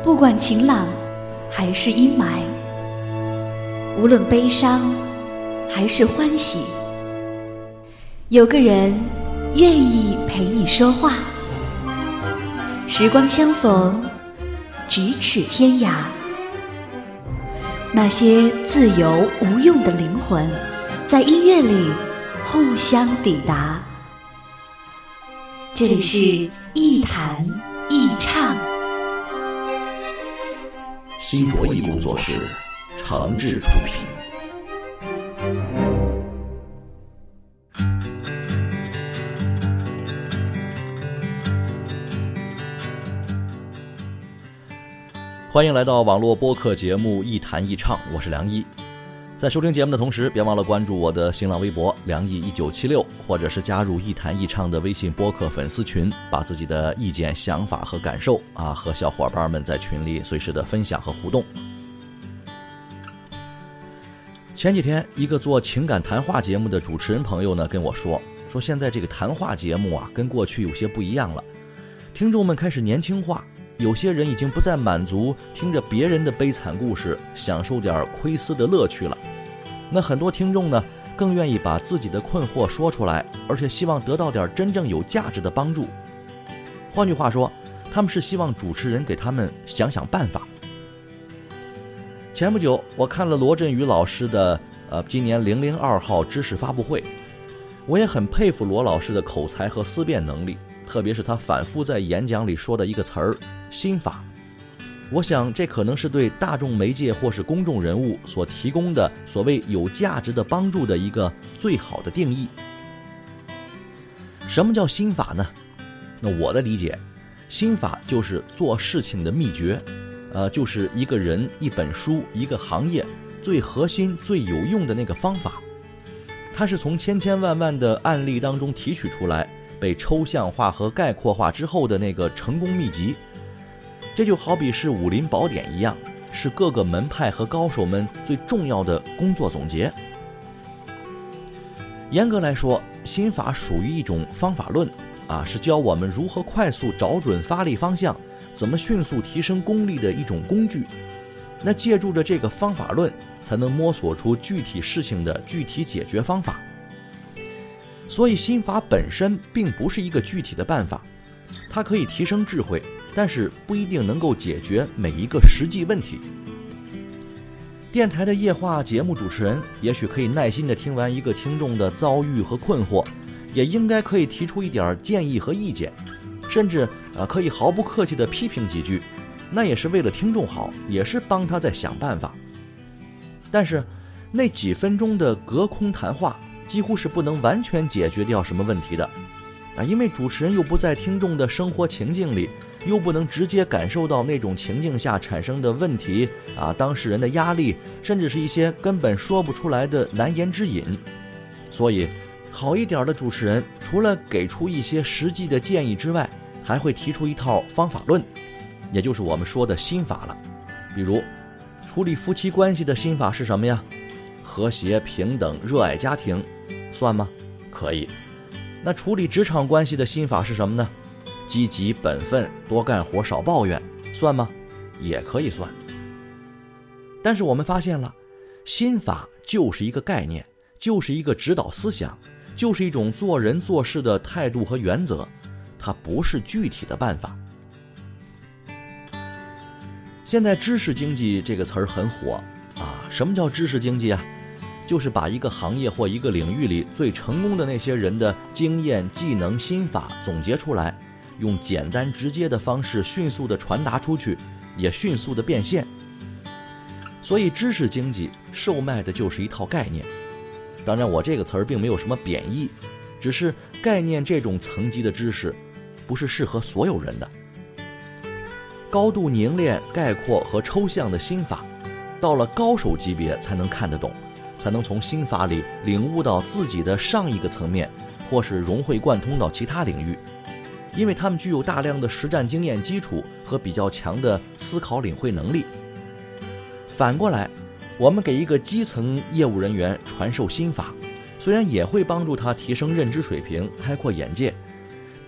不管晴朗还是阴霾，无论悲伤还是欢喜，有个人愿意陪你说话。时光相逢，咫尺天涯。那些自由无用的灵魂，在音乐里互相抵达。这里是一弹一唱， 新卓艺工作室诚挚出品。欢迎来到网络播客节目一弹一唱，我是梁毅。在收听节目的同时，别忘了关注我的新浪微博梁毅1976，或者是加入一弹一唱的微信播客粉丝群，把自己的意见、想法和感受和小伙伴们在群里随时的分享和互动。前几天，一个做情感谈话节目的主持人朋友呢跟我说现在这个谈话节目跟过去有些不一样了，听众们开始年轻化。有些人已经不再满足听着别人的悲惨故事，享受点窥私的乐趣了。那很多听众呢，更愿意把自己的困惑说出来，而且希望得到点真正有价值的帮助。换句话说，他们是希望主持人给他们想想办法。前不久，我看了罗振宇老师的今年002号知识发布会，我也很佩服罗老师的口才和思辨能力，特别是他反复在演讲里说的一个词儿心法。我想这可能是对大众媒介或是公众人物所提供的所谓有价值的帮助的一个最好的定义。什么叫心法呢？那我的理解，心法就是做事情的秘诀，就是一个人、一本书、一个行业最核心、最有用的那个方法。它是从千千万万的案例当中提取出来，被抽象化和概括化之后的那个成功秘籍。这就好比是武林宝典一样，是各个门派和高手们最重要的工作总结。严格来说，心法属于一种方法论是教我们如何快速找准发力方向，怎么迅速提升功力的一种工具。那借助着这个方法论，才能摸索出具体事情的具体解决方法。所以心法本身并不是一个具体的办法，它可以提升智慧，但是不一定能够解决每一个实际问题。电台的夜话节目主持人也许可以耐心地听完一个听众的遭遇和困惑，也应该可以提出一点建议和意见，甚至可以毫不客气地批评几句，那也是为了听众好，也是帮他在想办法。但是那几分钟的隔空谈话几乎是不能完全解决掉什么问题的因为主持人又不在听众的生活情境里，又不能直接感受到那种情境下产生的问题当事人的压力，甚至是一些根本说不出来的难言之隐。所以好一点的主持人除了给出一些实际的建议之外，还会提出一套方法论，也就是我们说的心法了。比如处理夫妻关系的心法是什么呀？和谐、平等、热爱家庭，算吗？可以。那处理职场关系的心法是什么呢？积极、本分、多干活、少抱怨，算吗？也可以算。但是我们发现了，心法就是一个概念，就是一个指导思想，就是一种做人做事的态度和原则，它不是具体的办法。现在知识经济这个词儿很火什么叫知识经济就是把一个行业或一个领域里最成功的那些人的经验、技能、心法总结出来，用简单直接的方式迅速的传达出去，也迅速的变现。所以知识经济售卖的就是一套概念。当然我这个词儿并没有什么贬义，只是概念这种层级的知识不是适合所有人的。高度凝练、概括和抽象的心法，到了高手级别才能看得懂，才能从心法里领悟到自己的上一个层面，或是融会贯通到其他领域，因为他们具有大量的实战经验基础和比较强的思考领会能力。反过来，我们给一个基层业务人员传授心法，虽然也会帮助他提升认知水平、开阔眼界，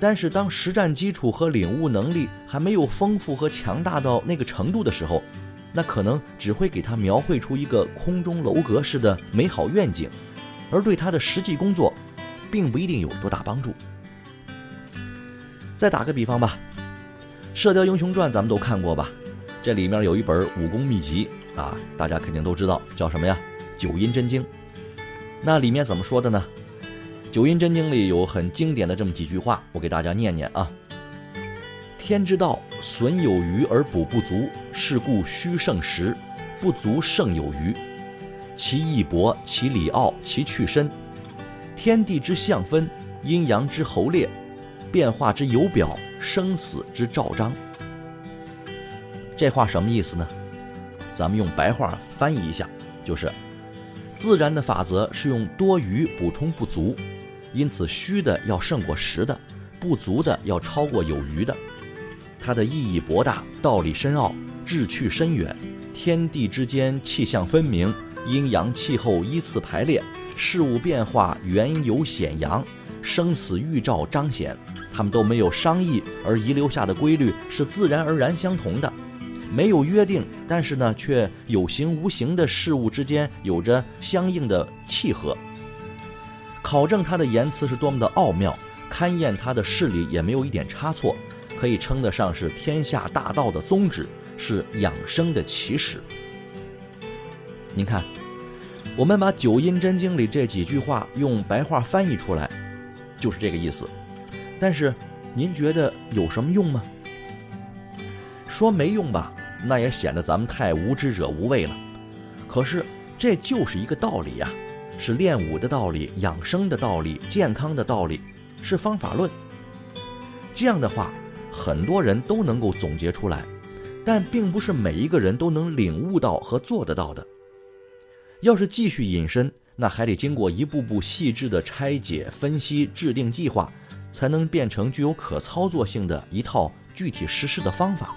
但是当实战基础和领悟能力还没有丰富和强大到那个程度的时候，那可能只会给他描绘出一个空中楼阁式的美好愿景，而对他的实际工作并不一定有多大帮助。再打个比方吧，射雕英雄传咱们都看过吧，这里面有一本武功秘籍啊，大家肯定都知道叫什么呀？九阴真经。那里面怎么说的呢？九阴真经里有很经典的这么几句话，我给大家念念啊。天之道，损有余而补不足，是故虚胜实，不足胜有余。其义薄，其理奥，其去深。天地之象分，阴阳之侯烈，变化之有表，生死之兆章。这话什么意思呢？咱们用白话翻译一下，就是自然的法则是用多余补充不足，因此虚的要胜过实的，不足的要超过有余的。它的意义博大，道理深奥，志趣深远。天地之间气象分明，阴阳气候依次排列，事物变化缘由显扬，生死预兆彰显。它们都没有商议而遗留下的规律是自然而然相同的，没有约定，但是呢，却有形无形的事物之间有着相应的契合。考证它的言辞是多么的奥妙，勘验它的事理也没有一点差错，可以称得上是天下大道的宗旨，是养生的起始。您看，我们把九阴真经里这几句话用白话翻译出来，就是这个意思。但是您觉得有什么用吗？说没用吧，那也显得咱们太无知者无畏了。可是这就是一个道理呀，是练武的道理，养生的道理，健康的道理，是方法论。这样的话很多人都能够总结出来，但并不是每一个人都能领悟到和做得到的。要是继续引申，那还得经过一步步细致的拆解、分析、制定计划，才能变成具有可操作性的一套具体实施的方法。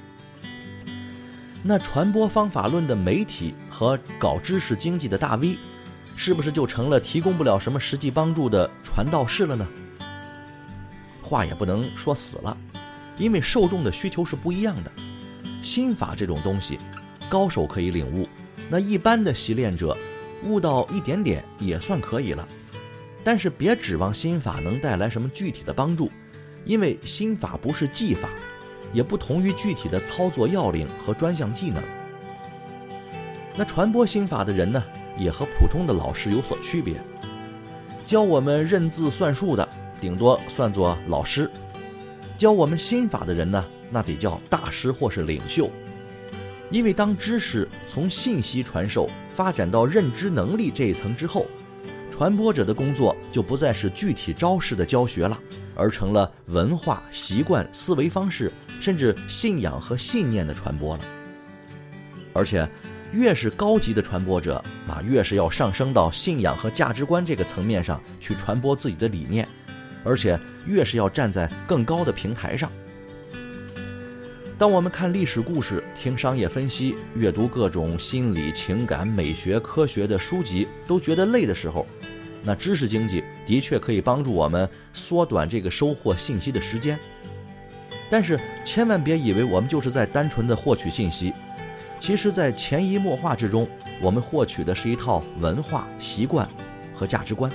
那传播方法论的媒体和搞知识经济的大 V， 是不是就成了提供不了什么实际帮助的传道士了呢？话也不能说死了，因为受众的需求是不一样的。心法这种东西，高手可以领悟，那一般的习练者悟到一点点也算可以了。但是别指望心法能带来什么具体的帮助，因为心法不是技法，也不同于具体的操作要领和专项技能。那传播心法的人呢，也和普通的老师有所区别。教我们认字算数的，顶多算作老师；教我们心法的人呢，那得叫大师或是领袖。因为当知识从信息传授发展到认知能力这一层之后，传播者的工作就不再是具体招式的教学了，而成了文化、习惯、思维方式，甚至信仰和信念的传播了。而且越是高级的传播者，越是要上升到信仰和价值观这个层面上去传播自己的理念，而且越是要站在更高的平台上。当我们看历史故事、听商业分析、阅读各种心理、情感、美学、科学的书籍都觉得累的时候，那知识经济的确可以帮助我们缩短这个收获信息的时间。但是千万别以为我们就是在单纯的获取信息，其实在潜移默化之中，我们获取的是一套文化、习惯和价值观。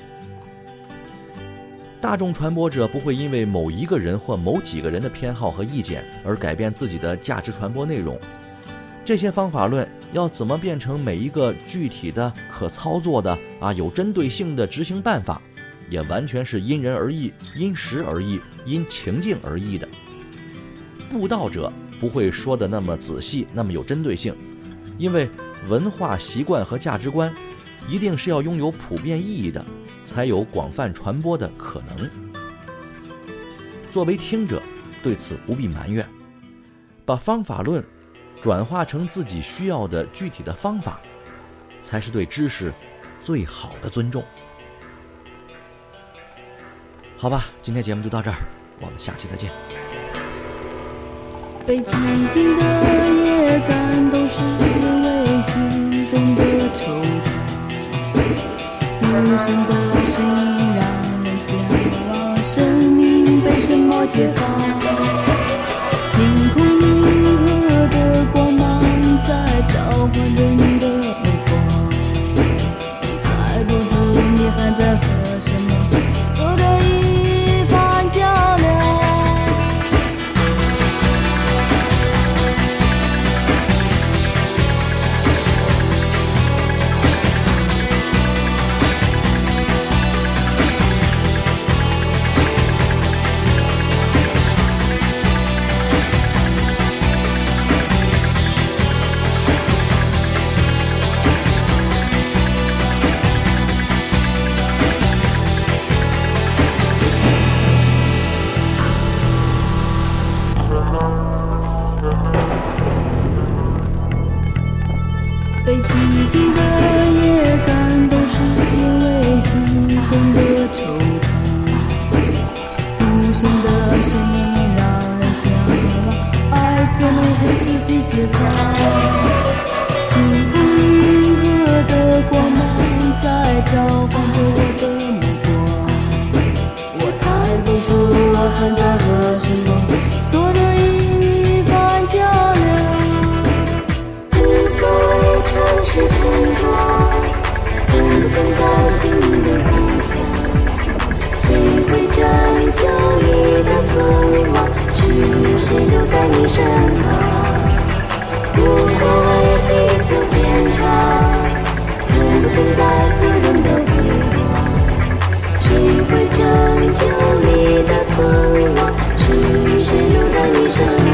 大众传播者不会因为某一个人或某几个人的偏好和意见而改变自己的价值传播内容。这些方法论要怎么变成每一个具体的、可操作的、有针对性的执行办法，也完全是因人而异、因时而异、因情境而异的。布道者不会说的那么仔细、那么有针对性，因为文化、习惯和价值观一定是要拥有普遍意义的，才有广泛传播的可能。作为听者，对此不必埋怨，把方法论转化成自己需要的具体的方法，才是对知识最好的尊重。好吧，今天节目就到这儿，我们下期再见。 被寂静的夜感动，是因为心中的惆怅。无声的声音让人向往生命。 揭发。星空银河的光芒在召唤着你的目光，猜不出你还在和什么做着一番较量。被寂静的夜感动，是因为心中的惆怅。无形的声音让人向往，爱可能会自己解放。星空银河的光芒在召唤着我的目光，我猜不出我还在和什么做着一番较量。无所谓城市村庄存不存在心灵的故乡，谁会拯救你的存亡，是谁留在你身旁。无所谓地久天长，存不存在个人的辉煌，谁会拯救你的存亡，是谁留在你身旁。